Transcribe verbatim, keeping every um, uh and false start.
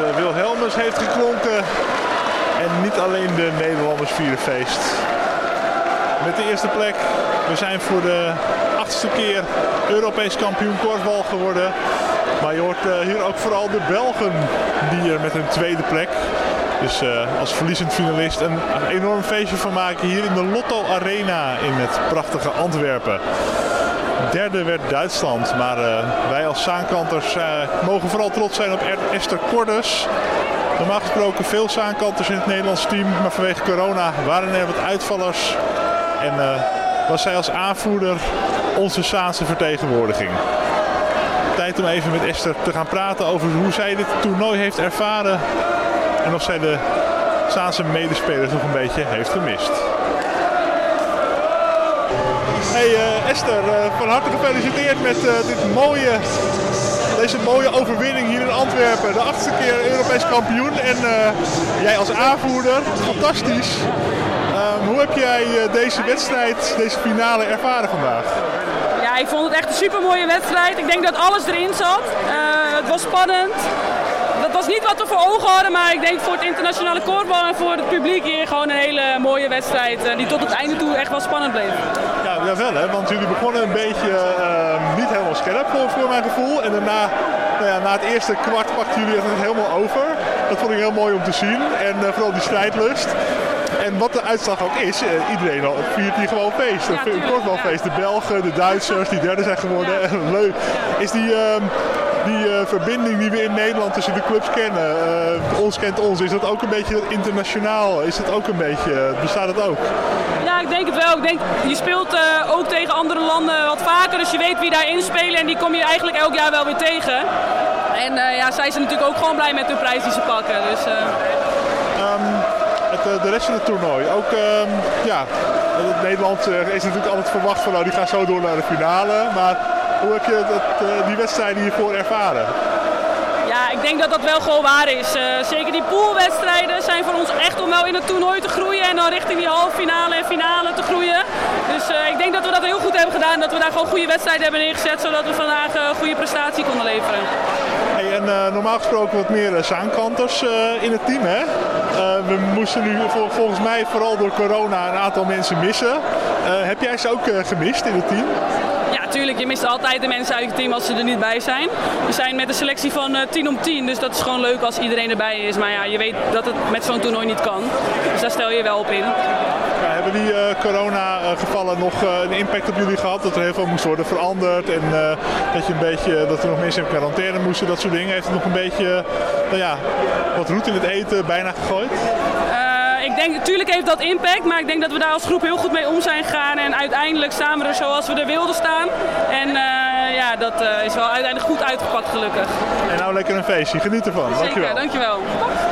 uh, Wilhelmus heeft geklonken. En niet alleen de Nederlanders vieren feest. Met de eerste plek. We zijn voor de achtste keer Europees kampioen korfbal geworden. Maar je hoort uh, hier ook vooral de Belgen die er met hun tweede plek. Dus uh, als verliezend finalist een, een enorm feestje van maken hier in de Lotto Arena in het prachtige Antwerpen. Derde werd Duitsland, maar uh, wij als Zaankanters uh, mogen vooral trots zijn op Esther Cordes. Normaal gesproken veel Zaankanters in het Nederlands team, maar vanwege corona waren er wat uitvallers. En uh, was zij als aanvoerder onze Zaanse vertegenwoordiging. Tijd om even met Esther te gaan praten over hoe zij dit toernooi heeft ervaren. En of zij de Zaanse medespelers nog een beetje heeft gemist. Hey uh, Esther, uh, van harte gefeliciteerd met uh, dit mooie, deze mooie overwinning hier in Antwerpen. De achtste keer Europees kampioen en uh, jij als aanvoerder, fantastisch. Um, hoe heb jij uh, deze wedstrijd, deze finale ervaren vandaag? Ja, ik vond het echt een super mooie wedstrijd. Ik denk dat alles erin zat. Uh, het was spannend. Dat was niet wat we voor ogen hadden, maar ik denk voor het internationale korfbal en voor het publiek hier gewoon een hele mooie wedstrijd uh, die tot het einde toe echt wel spannend bleef. Ja, jawel hè, want jullie begonnen een beetje uh, niet helemaal scherp voor, voor mijn gevoel. En daarna, nou ja, na het eerste kwart pakten jullie het helemaal over. Dat vond ik heel mooi om te zien en uh, vooral die strijdlust. En wat de uitslag ook is, uh, iedereen al, viert hier gewoon feest. Ja, een korfbalfeest. De Belgen, de Duitsers die derde zijn geworden. Ja. Leuk. Is die, uh, die uh, verbinding die we in Nederland tussen de clubs kennen, uh, ons kent ons, is dat ook een beetje internationaal? Is dat ook een beetje, uh, bestaat dat ook? Ja, ik denk het wel. Ik denk, je speelt uh, ook tegen andere landen wat vaker, dus je weet wie daarin spelen en die kom je eigenlijk elk jaar wel weer tegen. En uh, ja, zij zijn natuurlijk ook gewoon blij met hun prijs die ze pakken. Dus, uh... um, het, de rest van het toernooi, ook um, ja, Nederland uh, is natuurlijk altijd verwacht van nou die gaan zo door naar de finale, maar hoe heb je dat, uh, die wedstrijden hiervoor ervaren? Ja, ik denk dat dat wel gewoon waar is. Uh, zeker die poolwedstrijden zijn voor ons echt om wel in het toernooi te groeien en dan richting die halve finale en finale te groeien. Dus uh, ik denk dat we dat heel goed hebben gedaan, dat we daar gewoon goede wedstrijden hebben neergezet, zodat we vandaag een uh, goede prestatie konden leveren. Hey, en uh, normaal gesproken wat meer uh, Zaankanters uh, in het team, hè? Uh, we moesten nu vol, volgens mij vooral door corona een aantal mensen missen. Uh, heb jij ze ook uh, gemist in het team? Ja, tuurlijk. Je mist altijd de mensen uit het team als ze er niet bij zijn. We zijn met een selectie van uh, tien om tien, dus dat is gewoon leuk als iedereen erbij is. Maar ja, je weet dat het met zo'n toernooi niet kan. Dus daar stel je wel op in. Ja, hebben die uh, corona-gevallen nog uh, een impact op jullie gehad? Dat er heel veel moest worden veranderd en uh, dat, je een beetje, dat er nog mensen in quarantaine moesten, dat soort dingen. Heeft het nog een beetje uh, nou ja, wat roet in het eten bijna gegooid? Uh, ik denk, natuurlijk heeft dat impact, maar ik denk dat we daar als groep heel goed mee om zijn gegaan. En uiteindelijk staan we er zoals we er wilden staan. En uh, ja, dat uh, is wel uiteindelijk goed uitgepakt gelukkig. En nou lekker een feestje. Geniet ervan. Zeker, dankjewel. dankjewel.